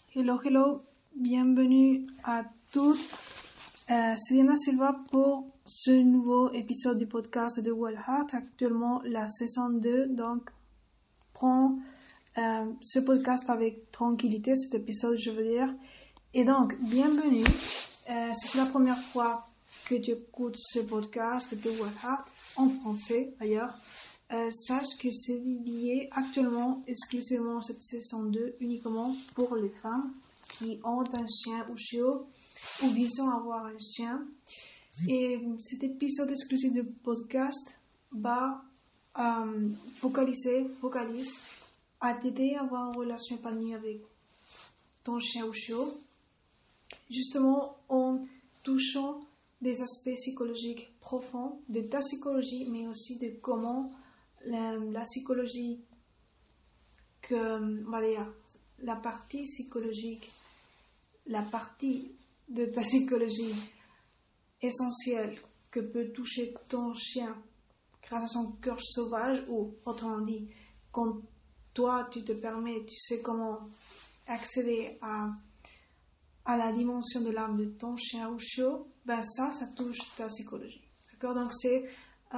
Hello, bienvenue à toutes. C'est Diana Silva pour ce nouveau épisode du podcast de Well Heart, actuellement la saison 2. Donc, prends ce podcast avec tranquillité, cet épisode je veux dire. Et donc, bienvenue. Si c'est la première fois que tu écoutes ce podcast de Well Heart, en français d'ailleurs, sache que c'est dédié actuellement exclusivement cette saison 2 uniquement pour les femmes qui ont un chien ou chiot ou visant à avoir un chien. Et cet épisode exclusif du podcast va focalise à t'aider à avoir une relation épanouie avec ton chien ou chiot, justement en touchant des aspects psychologiques profonds de ta psychologie, mais aussi de comment la psychologie, la partie psychologique, la partie de ta psychologie essentielle que peut toucher ton chien grâce à son cœur sauvage, ou autrement dit, quand toi tu te permets, tu sais comment accéder à la dimension de l'âme de ton chien ou chiot, ben ça touche ta psychologie. D'accord? Donc c'est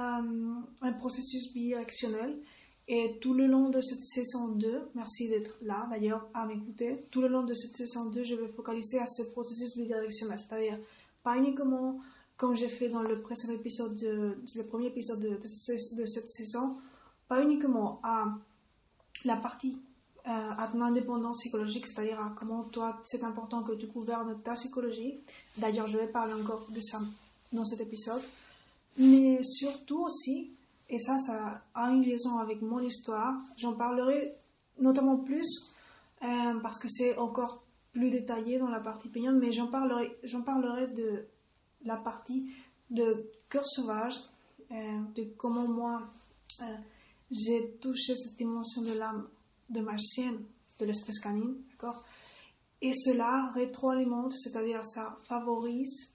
un processus bidirectionnel, et tout le long de cette saison 2, merci d'être là d'ailleurs à m'écouter, tout le long de cette saison 2 je vais focaliser à ce processus bidirectionnel, c'est-à-dire pas uniquement comme j'ai fait dans le précédent épisode, le premier épisode de cette saison, pas uniquement à la partie à ton indépendance psychologique, c'est-à-dire à comment toi c'est important que tu gouvernes ta psychologie. D'ailleurs je vais parler encore de ça dans cet épisode, mais surtout aussi, et ça a une liaison avec mon histoire, j'en parlerai notamment plus parce que c'est encore plus détaillé dans la partie payante, mais j'en parlerai de la partie de cœur sauvage, de comment moi j'ai touché cette dimension de l'âme de ma chienne, de l'espèce canine, d'accord? Et cela rétroalimente, c'est-à-dire ça favorise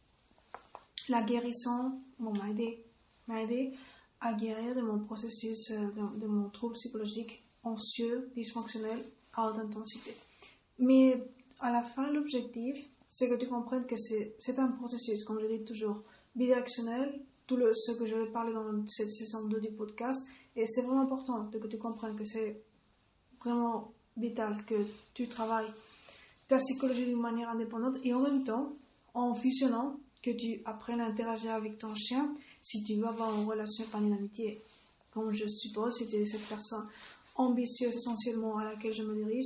la guérison, m'a aidé à guérir de mon processus, de mon trouble psychologique anxieux, dysfonctionnel, à haute intensité. Mais à la fin, l'objectif, c'est que tu comprennes que c'est un processus, comme je dis toujours, bidirectionnel, ce que je vais parler dans cette saison 2 du podcast, et c'est vraiment important que tu comprennes que c'est vraiment vital que tu travailles ta psychologie d'une manière indépendante, et en même temps, en fusionnant, que tu apprennes à interagir avec ton chien si tu veux avoir une relation par une amitié. Comme je suppose, si tu es cette personne ambitieuse essentiellement à laquelle je me dirige,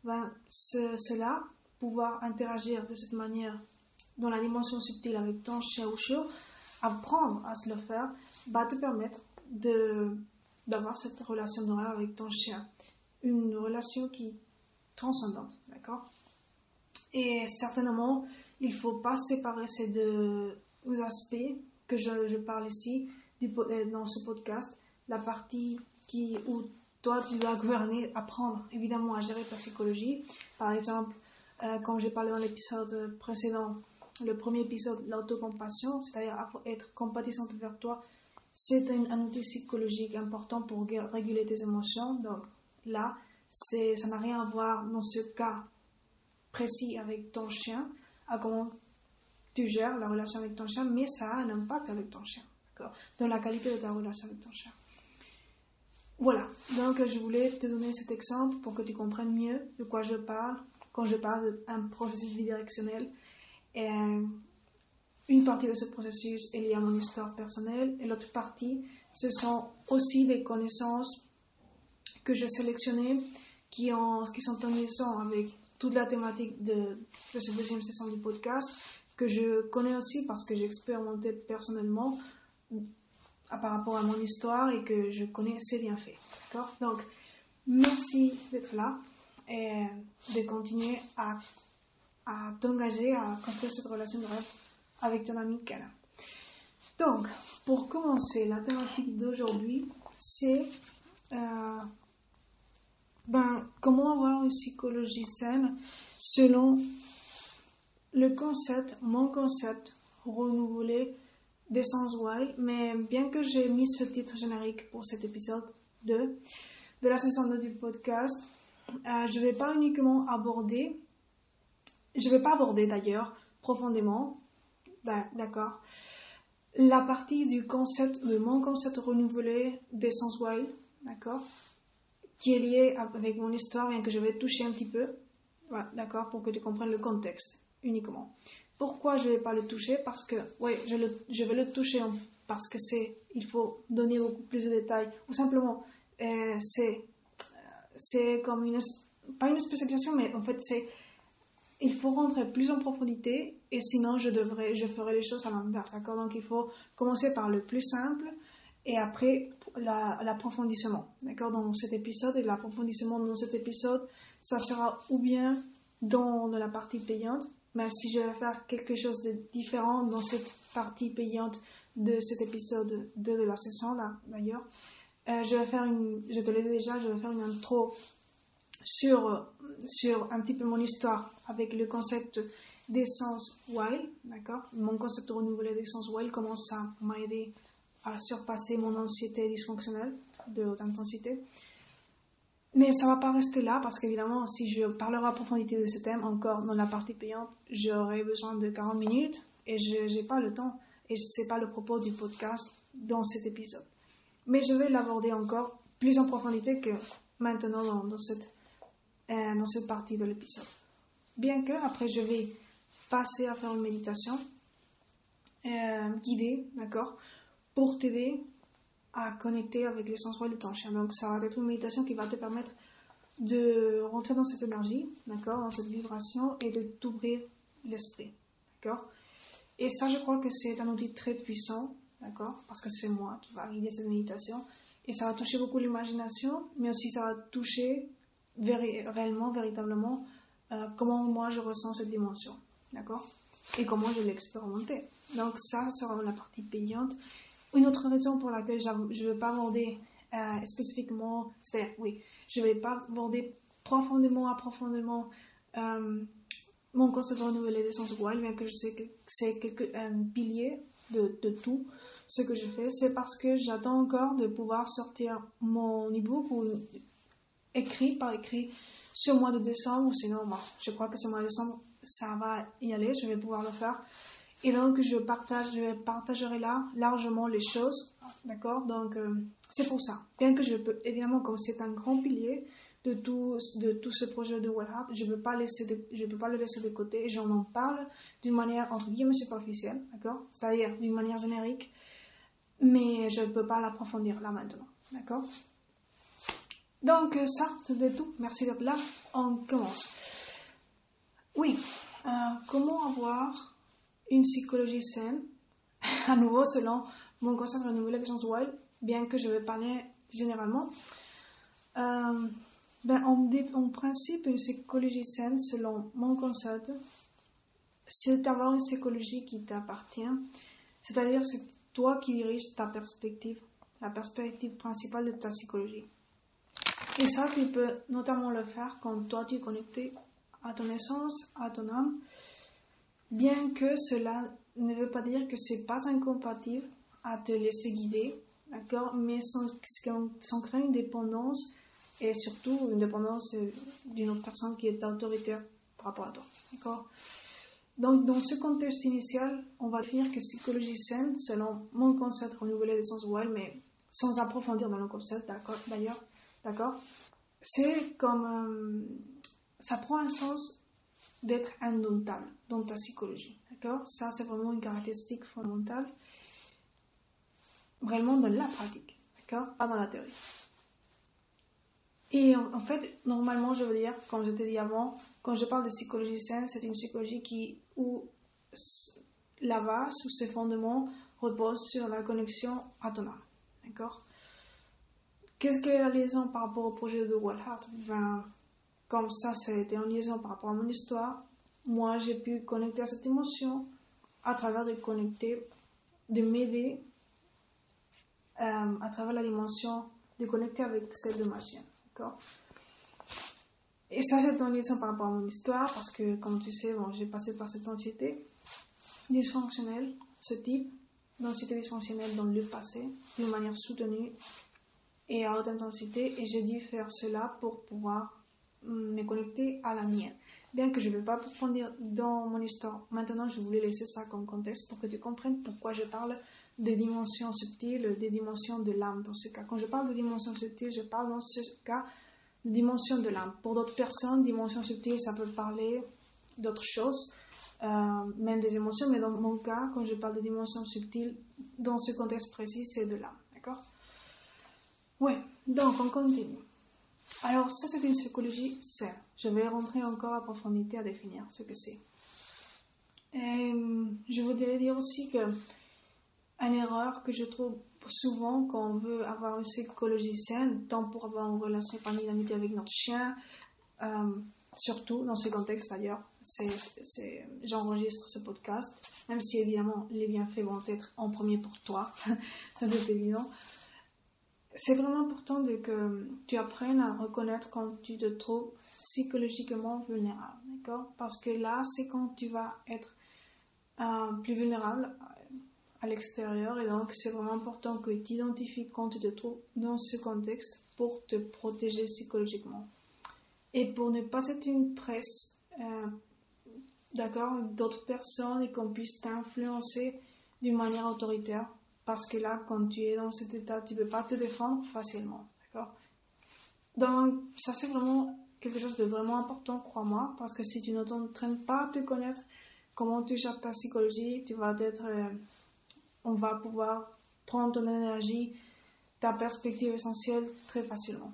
cela, pouvoir interagir de cette manière dans la dimension subtile avec ton chien ou chiot, apprendre à se le faire, va te permettre d'avoir cette relation de rêve avec ton chien. Une relation qui est transcendante, d'accord? Et certainement, il ne faut pas séparer ces deux aspects que je parle ici dans ce podcast. La partie où toi, tu dois gouverner, apprendre évidemment à gérer ta psychologie. Par exemple, comme j'ai parlé dans l'épisode précédent, le premier épisode, l'autocompassion, c'est-à-dire être compatissante vers toi, c'est un outil psychologique important pour réguler tes émotions. Donc là, ça n'a rien à voir dans ce cas précis avec ton chien, à comment tu gères la relation avec ton chien, mais ça a un impact avec ton chien, d'accord, dans la qualité de ta relation avec ton chien. Voilà, donc je voulais te donner cet exemple pour que tu comprennes mieux de quoi je parle quand je parle d'un processus bidirectionnel. Et une partie de ce processus est liée à mon histoire personnelle, et l'autre partie, ce sont aussi des connaissances que j'ai sélectionnées qui sont en liaison avec toute la thématique de cette deuxième saison du podcast, que je connais aussi parce que j'ai expérimenté personnellement par rapport à mon histoire et que je connais assez bien fait. D'accord? Donc, merci d'être là et de continuer à t'engager à construire cette relation de rêve avec ton ami Kana. Donc, pour commencer, la thématique d'aujourd'hui, c'est comment avoir une psychologie saine selon mon concept renouvelé d'Essence Wild. Mais bien que j'ai mis ce titre générique pour cet épisode 2 de la saison 2 du podcast, je ne vais pas uniquement aborder je ne vais pas aborder d'ailleurs profondément, d'accord, la partie du concept, de mon concept renouvelé d'essence wild, d'accord, qui est lié avec mon histoire, bien que je vais toucher un petit peu, voilà, d'accord, pour que tu comprennes le contexte uniquement. Pourquoi je ne vais pas le toucher? Parce que, oui, je vais le toucher parce que il faut donner beaucoup plus de détails, ou simplement, c'est comme pas une spécialisation, mais en fait, il faut rentrer plus en profondité, et sinon je ferai les choses à l'inverse, d'accord? Donc il faut commencer par le plus simple, et après l'approfondissement, d'accord? Dans cet épisode, et l'approfondissement dans cet épisode, ça sera ou bien dans la partie payante, mais si je vais faire quelque chose de différent dans cette partie payante de cet épisode de la session là, d'ailleurs, je te l'ai dit déjà, je vais faire une intro sur un petit peu mon histoire avec le concept d'essence wild, d'accord? Mon concept renouvelé d'essence wild, comment ça m'a aidé à surpasser mon anxiété dysfonctionnelle de haute intensité. Mais ça ne va pas rester là, parce qu'évidemment, si je parlerai à profondité de ce thème encore dans la partie payante, j'aurai besoin de 40 minutes, et je n'ai pas le temps, et ce n'est pas le propos du podcast dans cet épisode. Mais je vais l'aborder encore plus en profondité que maintenant dans cette partie de l'épisode. Bien que après je vais passer à faire une méditation guidée, d'accord, pour t'aider à connecter avec l'essence wild de ton chien. Donc ça va être une méditation qui va te permettre de rentrer dans cette énergie, d'accord, dans cette vibration, et de t'ouvrir l'esprit, d'accord. Et ça, je crois que c'est un outil très puissant, d'accord, parce que c'est moi qui va guider cette méditation, et ça va toucher beaucoup l'imagination, mais aussi ça va toucher réellement, véritablement, comment moi je ressens cette dimension, d'accord, et comment je l'ai expérimenté. Donc ça sera la partie payante. Une autre raison pour laquelle je ne vais pas aborder spécifiquement, c'est-à-dire, oui, je ne vais pas aborder profondément mon concept renouvelé d'essence wild, bien que je sais que c'est un pilier de tout ce que je fais, c'est parce que j'attends encore de pouvoir sortir mon e-book ou par écrit sur le mois de décembre, sinon je crois que ce mois de décembre ça va y aller, je vais pouvoir le faire, et donc je partagerai là largement les choses, d'accord. Donc c'est pour ça, bien que je peux évidemment, comme c'est un grand pilier de tout ce projet de Wild Heart, je peux pas le laisser de côté, et j'en parle d'une manière entre guillemets superficielle, d'accord, c'est-à-dire d'une manière générique, mais je ne peux pas l'approfondir là maintenant, d'accord. Donc ça, c'était tout. Merci d'être là. On commence. Oui, comment avoir une psychologie saine, à nouveau selon mon concept renouvelé d'essence wild, bien que je vais parler généralement. En principe, une psychologie saine, selon mon concept, c'est d'avoir une psychologie qui t'appartient, c'est-à-dire c'est toi qui diriges ta perspective, la perspective principale de ta psychologie. Et ça, tu peux notamment le faire quand toi tu es connecté à ton essence, à ton âme, bien que cela ne veut pas dire que c'est pas incompatible à te laisser guider, d'accord, mais sans créer une dépendance, et surtout une dépendance d'une autre personne qui est autoritaire par rapport à toi, d'accord. Donc, dans ce contexte initial, on va définir que psychologie saine, selon mon concept renouvelé d'essence wild, mais sans approfondir dans le concept, d'accord, c'est comme ça prend un sens d'être indomptable dans ta psychologie, d'accord. Ça, c'est vraiment une caractéristique fondamentale, vraiment dans la pratique, d'accord, pas dans la théorie. Et en fait, normalement, je veux dire, comme je t'ai dit avant, quand je parle de psychologie saine, c'est une psychologie où la base, ou ses fondements, reposent sur la connexion à ton âme, d'accord. Qu'est-ce qu'est la liaison par rapport au projet de Wild Heart? Comme ça a été en liaison par rapport à mon histoire, moi j'ai pu connecter à cette émotion à travers de m'aider à travers la dimension de connecter avec celle de ma chienne, d'accord. Et ça, c'est en liaison par rapport à mon histoire, parce que comme tu sais, j'ai passé par cette anxiété dysfonctionnelle, ce type d'anxiété dysfonctionnelle dans le passé, d'une manière soutenue et à haute intensité, et j'ai dû faire cela pour pouvoir me connecter à la mienne. Bien que je ne vais pas approfondir dans mon histoire, maintenant je voulais laisser ça comme contexte pour que tu comprennes pourquoi je parle des dimensions subtiles, des dimensions de l'âme dans ce cas. Quand je parle de dimensions subtiles, je parle dans ce cas de dimension de l'âme. Pour d'autres personnes, dimension subtile, ça peut parler d'autres choses, même des émotions, mais dans mon cas, quand je parle de dimension subtile, dans ce contexte précis, c'est de l'âme, d'accord? Ouais, donc on continue. Alors ça, c'est une psychologie saine. Je vais rentrer encore à profondité à définir ce que c'est. Et je voudrais dire aussi que une erreur que je trouve souvent quand on veut avoir une psychologie saine, tant pour avoir une relation famille d'amitié avec notre chien, surtout dans ce contexte d'ailleurs, j'enregistre ce podcast, même si évidemment les bienfaits vont être en premier pour toi, ça c'est évident. C'est vraiment important que tu apprennes à reconnaître quand tu te trouves psychologiquement vulnérable, d'accord? Parce que là, c'est quand tu vas être plus vulnérable à l'extérieur, et donc c'est vraiment important que tu identifies quand tu te trouves dans ce contexte pour te protéger psychologiquement et pour ne pas être une presse, d'accord, d'autres personnes et qu'on puisse t'influencer d'une manière autoritaire. Parce que là, quand tu es dans cet état, tu ne peux pas te défendre facilement, d'accord? Donc, ça c'est vraiment quelque chose de vraiment important, crois-moi, parce que si tu ne t'entraînes pas à te connaître, comment tu gères ta psychologie, tu vas être, on va pouvoir prendre ton énergie, ta perspective essentielle très facilement.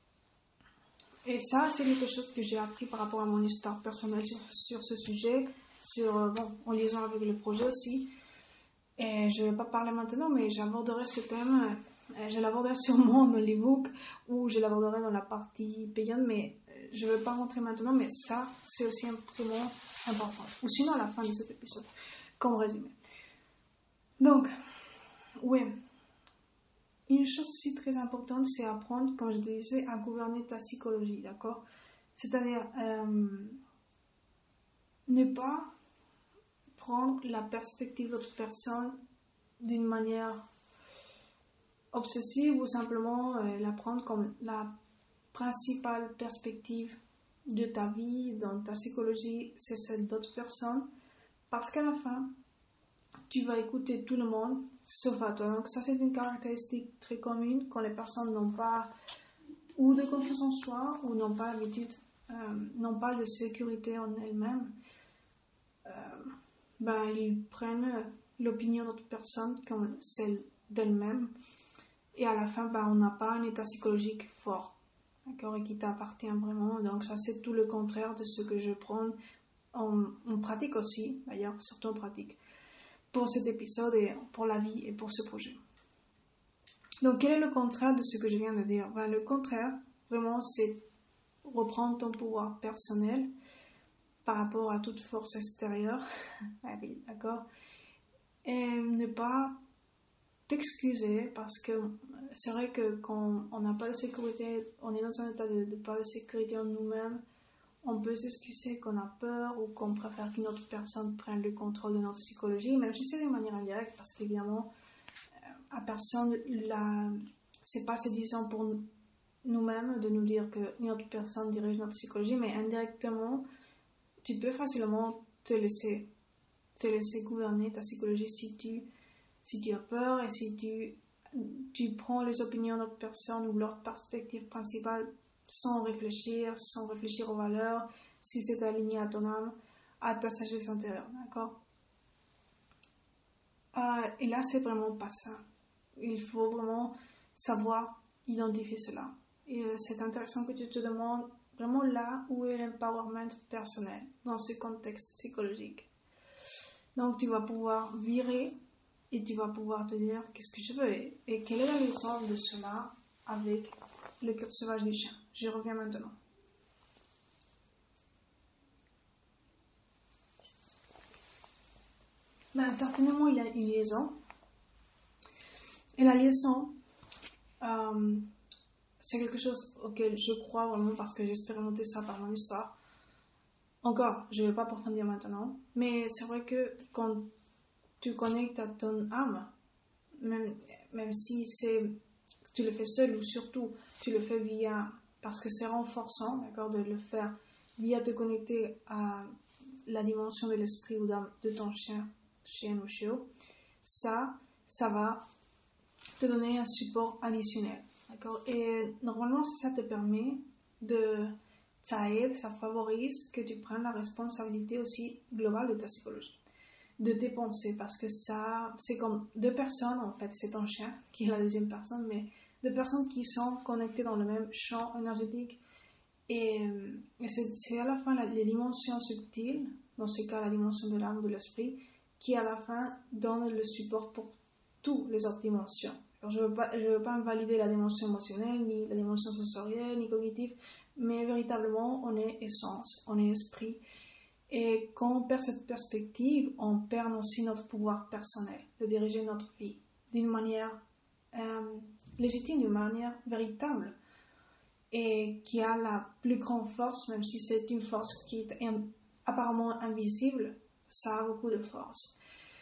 Et ça, c'est quelque chose que j'ai appris par rapport à mon histoire personnelle sur ce sujet, en liaison avec le projet aussi. Et je ne vais pas parler maintenant, mais j'aborderai ce thème, je l'aborderai sûrement dans l'ebook ou je l'aborderai dans la partie payante, mais je ne vais pas rentrer maintenant, mais ça, c'est aussi vraiment important. Ou sinon à la fin de cet épisode, comme résumé. Donc, oui, une chose aussi très importante, c'est apprendre, comme je disais, à gouverner ta psychologie, d'accord? C'est-à-dire, ne pas prendre la perspective d'autres personnes d'une manière obsessive ou simplement la prendre comme la principale perspective de ta vie, dans ta psychologie, c'est celle d'autres personnes, parce qu'à la fin, tu vas écouter tout le monde sauf à toi. Donc ça, c'est une caractéristique très commune quand les personnes n'ont pas ou de confiance en soi ou n'ont pas l'habitude, n'ont pas de sécurité en elles-mêmes. Ils prennent l'opinion d'autres personnes comme celle d'elles-mêmes et à la fin, on n'a pas un état psychologique fort, d'accord, et qui t'appartient vraiment. Donc ça, c'est tout le contraire de ce que je prends en pratique aussi, d'ailleurs, surtout en pratique, pour cet épisode et pour la vie et pour ce projet. Donc, quel est le contraire de ce que je viens de dire? Le contraire, vraiment, c'est reprendre ton pouvoir personnel par rapport à toute force extérieure, oui, d'accord, et ne pas t'excuser, parce que c'est vrai que quand on n'a pas de sécurité, on est dans un état de pas de sécurité en nous-mêmes, on peut s'excuser qu'on a peur ou qu'on préfère qu'une autre personne prenne le contrôle de notre psychologie, même si c'est de manière indirecte, parce qu'évidemment, à personne, c'est pas séduisant pour nous-mêmes de nous dire qu'une autre personne dirige notre psychologie, mais indirectement, tu peux facilement te laisser gouverner ta psychologie si tu as peur et si tu prends les opinions d'autres personnes ou leur perspective principale sans réfléchir aux valeurs, si c'est aligné à ton âme, à ta sagesse intérieure, d'accord? Et là, c'est vraiment pas ça. Il faut vraiment savoir identifier cela. Et c'est intéressant que tu te demandes vraiment là où est l'empowerment personnel dans ce contexte psychologique. Donc, tu vas pouvoir virer et tu vas pouvoir te dire qu'est-ce que je veux et quelle est la leçon de cela avec le cœur sauvage du chien. Je reviens maintenant. Certainement, il y a une liaison. Et la liaison, c'est quelque chose auquel je crois vraiment parce que j'ai expérimenté ça par mon histoire. Encore, je ne vais pas approfondir maintenant, mais c'est vrai que quand tu connectes à ton âme, même si tu le fais seul ou surtout tu le fais parce que c'est renforçant, d'accord, de le faire via te connecter à la dimension de l'esprit ou d'âme de ton chien ou chiot, ça va te donner un support additionnel. D'accord? Et normalement, ça te permet ça aide, ça favorise que tu prennes la responsabilité aussi globale de ta psychologie, de tes pensées, parce que ça, c'est comme deux personnes, en fait, c'est ton chien qui est la deuxième personne, mais deux personnes qui sont connectées dans le même champ énergétique. Et c'est à la fin les dimensions subtiles, dans ce cas la dimension de l'âme, de l'esprit, qui à la fin donne le support pour toutes les autres dimensions. Alors, je veux pas invalider la dimension émotionnelle, ni la dimension sensorielle, ni cognitive, mais véritablement, on est essence, on est esprit. Et quand on perd cette perspective, on perd aussi notre pouvoir personnel de diriger notre vie d'une manière légitime, d'une manière véritable, et qui a la plus grande force, même si c'est une force qui est apparemment invisible, ça a beaucoup de force.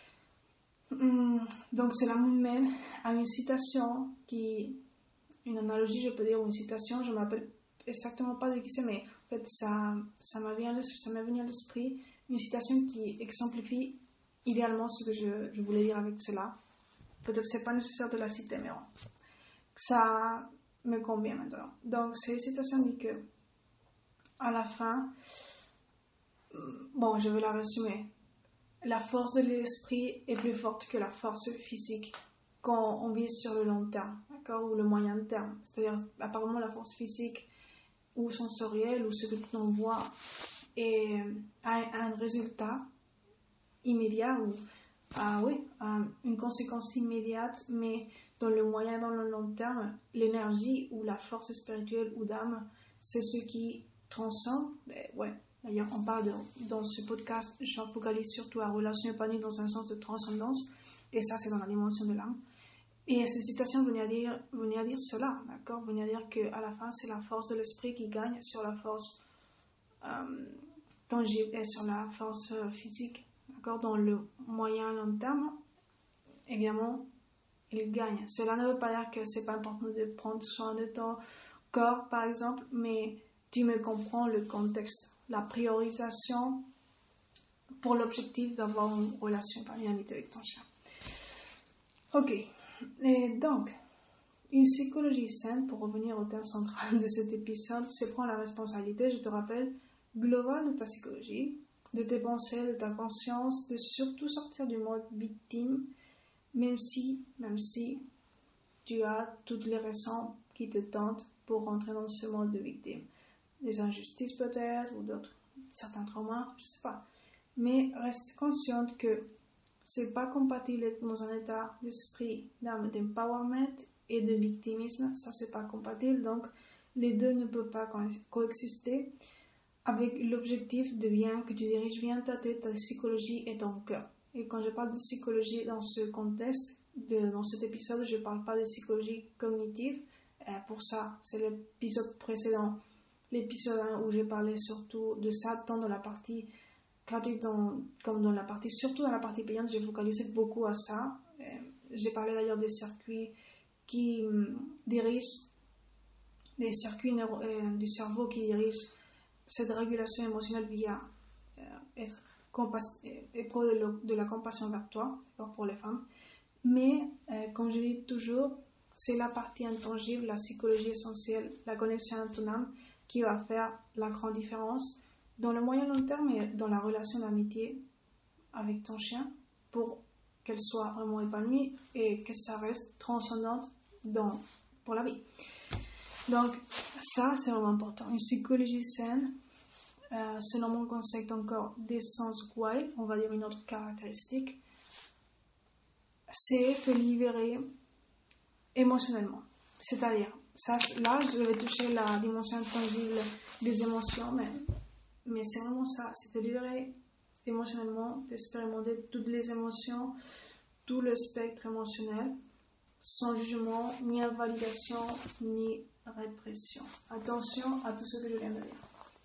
Donc cela me mène à une citation une analogie, je peux dire, ou une citation, je ne m'appelle exactement pas de qui c'est, mais en fait ça m'est venu à l'esprit, une citation qui exemplifie idéalement ce que je voulais dire avec cela. Peut-être c'est pas nécessaire de la citer, mais bon, ça me convient maintenant. Donc cette citation dit que à la fin, bon, je vais la résumer. La force de l'esprit est plus forte que la force physique quand on vise sur le long terme, d'accord, ou le moyen terme. C'est-à-dire, apparemment, la force physique ou sensorielle ou ce que tu en vois a un résultat immédiat ou une conséquence immédiate, mais dans le moyen, dans le long terme, l'énergie ou la force spirituelle ou d'âme, c'est ce qui transcende. D'ailleurs, on parle dans ce podcast, je focalise surtout à relation épanouie dans un sens de transcendance, et ça, c'est dans la dimension de l'âme. Et cette citation venait à dire cela, d'accord? Venait à dire qu'à la fin, c'est la force de l'esprit qui gagne sur la force tangible et sur la force physique, d'accord? Dans le moyen et long terme, évidemment, il gagne. Cela ne veut pas dire que c'est pas important de prendre soin de ton corps, par exemple, mais tu me comprends le contexte. La priorisation pour l'objectif d'avoir une relation dynamique avec ton chien. Ok, et donc, une psychologie saine, pour revenir au thème central de cet épisode, c'est prendre la responsabilité, je te rappelle, globale de ta psychologie, de tes pensées, de ta conscience, de surtout sortir du mode victime, même si tu as toutes les raisons qui te tentent pour rentrer dans ce mode de victime. Des injustices peut-être, ou certains traumas, je sais pas. Mais reste consciente que c'est pas compatible d'être dans un état d'esprit, d'âme, d'empowerment et de victimisme. Ça, c'est pas compatible. Donc, les deux ne peuvent pas coexister avec l'objectif de bien que tu diriges bien ta tête, ta psychologie et ton cœur. Et quand je parle de psychologie dans ce contexte, dans cet épisode, je parle pas de psychologie cognitive. Pour ça, c'est l'épisode précédent, l'épisode 1 où j'ai parlé surtout de ça, tant dans la partie gratuite comme dans la partie, surtout dans la partie payante, j'ai focalisé beaucoup à ça. J'ai parlé d'ailleurs des circuits qui dirigent, des circuits du cerveau qui dirigent cette régulation émotionnelle via éprouver de la compassion vers toi, pour les femmes. Mais, comme je dis toujours, c'est la partie intangible, la psychologie essentielle, la connexion à ton âme qui va faire la grande différence dans le moyen long terme et dans la relation d'amitié avec ton chien pour qu'elle soit vraiment épanouie et que ça reste transcendante pour la vie. Donc, ça, c'est vraiment important. Une psychologie saine, selon mon concept encore d'essence wild, on va dire une autre caractéristique, c'est te libérer émotionnellement. C'est-à-dire, là, je vais toucher la dimension intangible des émotions, mais c'est vraiment ça, c'est te libérer émotionnellement, d'expérimenter toutes les émotions, tout le spectre émotionnel, sans jugement, ni invalidation, ni répression. Attention à tout ce que je viens de dire.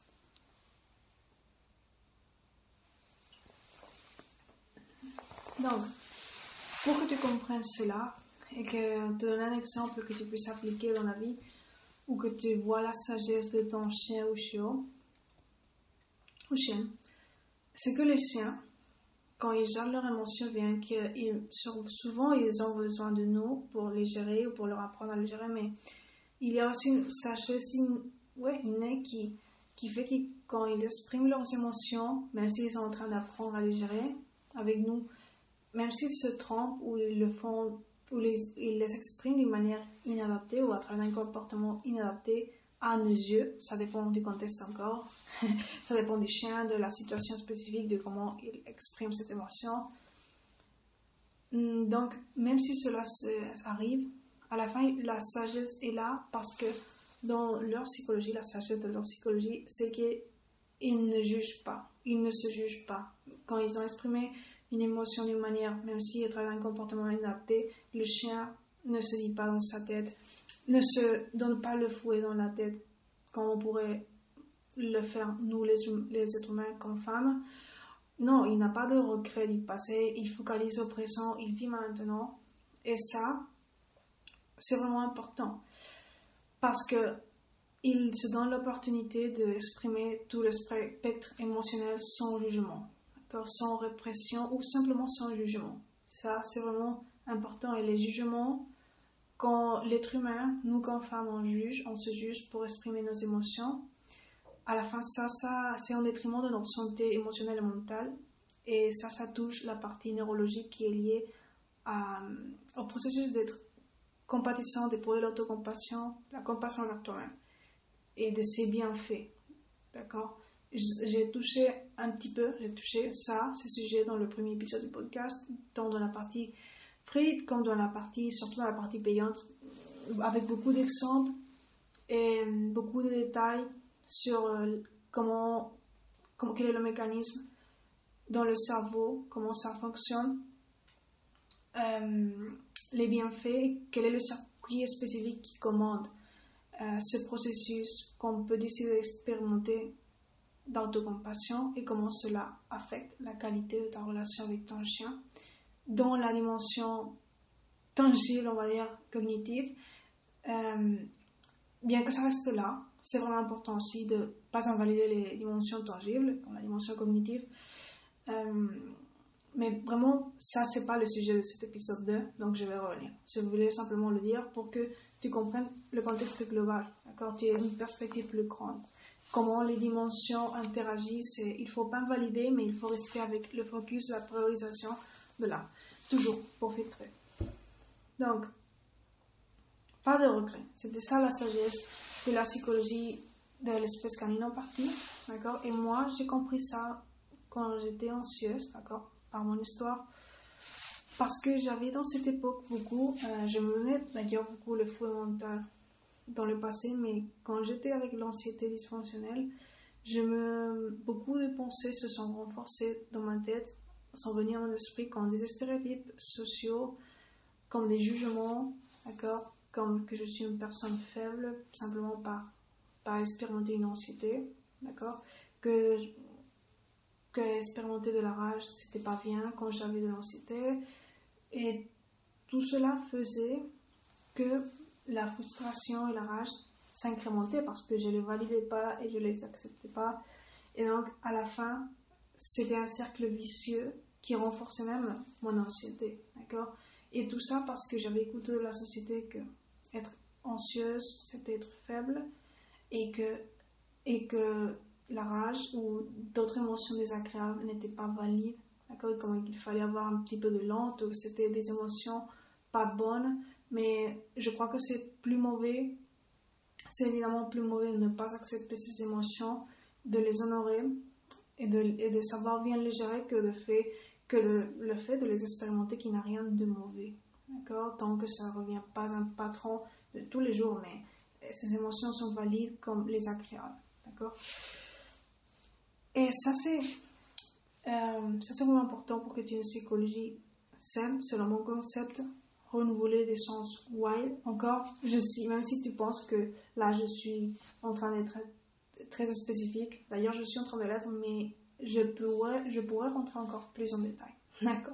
Donc, pour que tu comprennes cela, et que te donne un exemple que tu puisses appliquer dans la vie, ou que tu vois la sagesse de ton chien ou chiot, aux chiens, c'est que les chiens, quand ils gèrent leurs émotions, bien que souvent ils ont besoin de nous pour les gérer ou pour leur apprendre à les gérer, mais il y a aussi une sagesse innée qui fait que quand ils expriment leurs émotions, même s'ils sont en train d'apprendre à les gérer avec nous, même s'ils se trompent ou ils le font, ou ils les expriment d'une manière inadaptée ou à travers un comportement inadapté à nos yeux, ça dépend du contexte encore, ça dépend du chien, de la situation spécifique, de comment il exprime cette émotion. Donc, même si cela arrive, à la fin, la sagesse est là parce que dans leur psychologie, la sagesse de leur psychologie, c'est qu'ils ne jugent pas, ils ne se jugent pas. Quand ils ont exprimé une émotion d'une manière, même s'il est un comportement inadapté, le chien ne se dit pas dans sa tête, ne se donne pas le fouet dans la tête, comme on pourrait le faire nous les êtres humains comme femmes. Non, il n'a pas de regret du passé, il focalise au présent, il vit maintenant. Et ça, c'est vraiment important. Parce que il se donne l'opportunité d'exprimer tout le spectre émotionnel sans jugement, sans répression ou simplement sans jugement. Ça, c'est vraiment important. Et les jugements, quand l'être humain, nous comme femmes, on se juge pour exprimer nos émotions, à la fin, ça c'est en détriment de notre santé émotionnelle et mentale. Et ça touche la partie neurologique qui est liée au processus d'être compatissant, d'éprouver l'autocompassion, la compassion envers toi-même et de ses bienfaits. D'accord? J'ai touché ce sujet dans le premier épisode du podcast, tant dans la partie free comme surtout dans la partie payante, avec beaucoup d'exemples et beaucoup de détails sur quel est le mécanisme dans le cerveau, comment ça fonctionne, les bienfaits, quel est le circuit spécifique qui commande ce processus qu'on peut décider d'expérimenter d'autocompassion et comment cela affecte la qualité de ta relation avec ton chien dans la dimension tangible, on va dire, cognitive. Bien que ça reste là, c'est vraiment important aussi de ne pas invalider les dimensions tangibles, comme la dimension cognitive. Mais vraiment, ça, c'est pas le sujet de cet épisode 2, donc je vais revenir. Je voulais simplement le dire pour que tu comprennes le contexte global, d'accord? Tu aies une perspective plus grande. Comment les dimensions interagissent, et il faut pas invalider, mais il faut rester avec le focus, la priorisation de là. Toujours, pour filtrer. Donc, pas de regret. C'était ça la sagesse de la psychologie de l'espèce canine en partie, d'accord? Et moi, j'ai compris ça quand j'étais anxieuse, d'accord, par mon histoire, parce que j'avais dans cette époque je me donnais d'ailleurs beaucoup le fouet mental dans le passé, mais quand j'étais avec l'anxiété dysfonctionnelle, beaucoup de pensées se sont renforcées dans ma tête, sont venues à mon esprit comme des stéréotypes sociaux, comme des jugements, d'accord, comme que je suis une personne faible, simplement par expérimenter une anxiété, d'accord, que expérimenter de la rage, c'était pas bien quand j'avais de l'anxiété. Et tout cela faisait que la frustration et la rage s'incrémentaient parce que je ne les validais pas et je ne les acceptais pas. Et donc, à la fin, c'était un cercle vicieux qui renforçait même mon anxiété. D'accord? Et tout ça parce que j'avais écouté de la société que être anxieuse, c'était être faible et que la rage ou d'autres émotions désagréables n'étaient pas valides, d'accord, comme il fallait avoir un petit peu de lente, ou c'était des émotions pas bonnes, mais je crois que c'est évidemment plus mauvais de ne pas accepter ces émotions, de les honorer et de savoir bien les gérer que le fait de les expérimenter qui n'a rien de mauvais, d'accord, tant que ça ne revient pas un patron de tous les jours, mais ces émotions sont valides comme les agréables, d'accord. Et ça c'est vraiment important pour que tu aies une psychologie saine, selon mon concept, renouveler des sens wild. Encore, même si tu penses que là je suis en train d'être très spécifique, d'ailleurs je suis en train de l'être, mais je pourrais rentrer encore plus en détail, d'accord.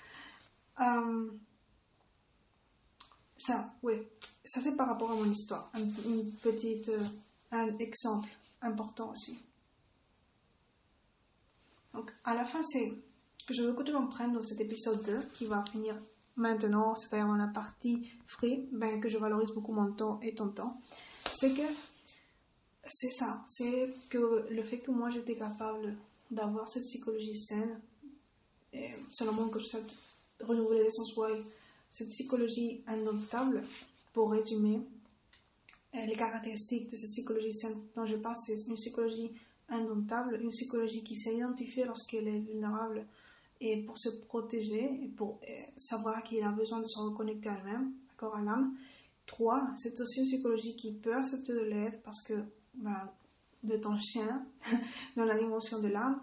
Ça c'est par rapport à mon histoire, un exemple important aussi. Donc, à la fin, c'est que je veux que tu comprennes dans cet épisode 2, qui va finir maintenant, c'est-à-dire dans la partie free, que je valorise beaucoup mon temps et ton temps. C'est que, c'est ça, c'est que le fait que moi j'étais capable d'avoir cette psychologie saine, et selon mon concept renouveler l'essence wild, cette psychologie indomptable, pour résumer, les caractéristiques de cette psychologie saine dont je parle, c'est une psychologie indomptable, une psychologie qui sait identifier lorsqu'elle est vulnérable et pour se protéger et pour savoir qu'il a besoin de se reconnecter à elle-même, d'accord, à l'âme. 3, c'est aussi une psychologie qui peut accepter de l'aide parce que de ton chien dans la dimension de l'âme,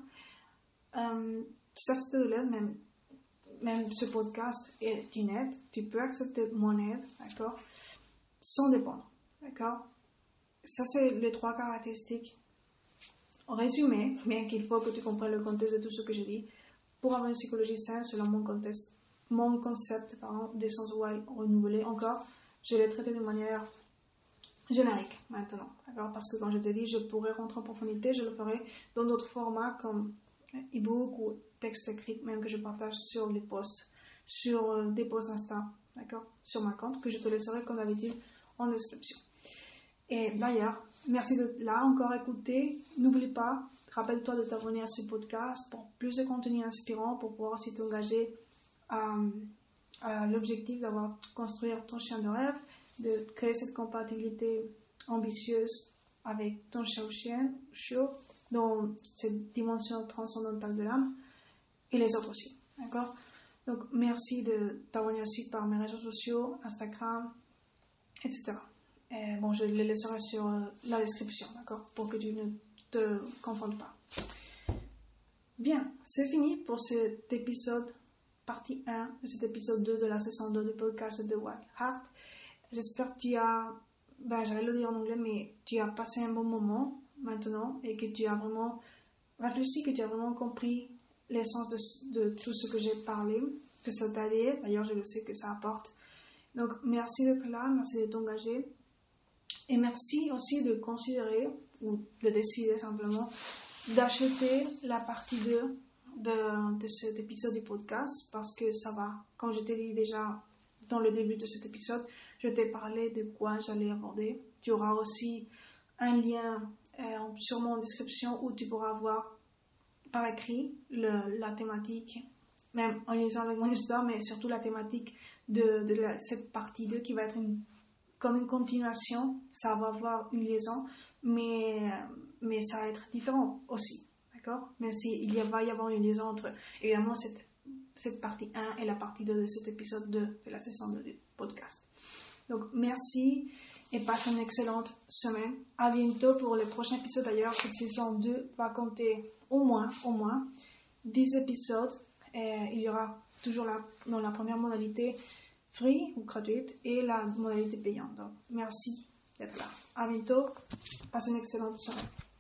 qui s'accepte de l'aide, même ce podcast est une aide, tu peux accepter mon aide, d'accord, sans dépendre, d'accord. Ça, c'est les 3 caractéristiques. En résumé, bien qu'il faut que tu comprennes le contexte de tout ce que je dis, pour avoir une psychologie saine, selon mon concept d'essence wild renouvelée, encore, je l'ai traité de manière générique maintenant, d'accord, parce que quand je te dis, je pourrais rentrer en profondité, je le ferai dans d'autres formats comme e-book ou texte écrit, même que je partage sur les posts, sur des posts Insta, d'accord, sur ma compte, que je te laisserai comme d'habitude en description. Et d'ailleurs, merci de là encore écouter. N'oublie pas, rappelle-toi de t'abonner à ce podcast pour plus de contenu inspirant, pour pouvoir aussi t'engager à l'objectif d'avoir construire ton chien de rêve, de créer cette compatibilité ambitieuse avec ton chien ou chien, dans cette dimension transcendantale de l'âme, et les autres aussi, d'accord. Donc, merci de t'abonner aussi par mes réseaux sociaux, Instagram, etc. Et bon, je les laisserai sur la description, d'accord, pour que tu ne te confondes pas. Bien, c'est fini pour cet épisode, partie 1 de cet épisode 2 de la saison 2 du podcast de Wild Heart. J'espère que tu as, j'allais le dire en anglais, mais tu as passé un bon moment maintenant et que tu as vraiment réfléchi, que tu as vraiment compris l'essence de tout ce que j'ai parlé, que ça t'a aidé. D'ailleurs, je le sais que ça apporte. Donc, merci d'être là, merci de t'engager. Et merci aussi de considérer, ou de décider simplement, d'acheter la partie 2 de cet épisode du podcast, parce que ça va, comme je t'ai dit déjà dans le début de cet épisode, je t'ai parlé de quoi j'allais aborder. Tu auras aussi un lien sûrement en description où tu pourras voir par écrit la thématique, même en liaison avec mon histoire, mais surtout la thématique de cette partie 2 qui va être comme une continuation. Ça va avoir une liaison, mais ça va être différent aussi, d'accord? Même s'il va y avoir une liaison entre, évidemment, cette partie 1 et la partie 2 de cet épisode 2 de la saison 2 du podcast. Donc, merci et passe une excellente semaine. À bientôt pour le prochain épisode. D'ailleurs, cette saison 2 va compter au moins 10 épisodes. Et il y aura toujours dans la première modalité free ou gratuite et la modalité payante. Donc, merci d'être là. À bientôt. Passe une excellente semaine.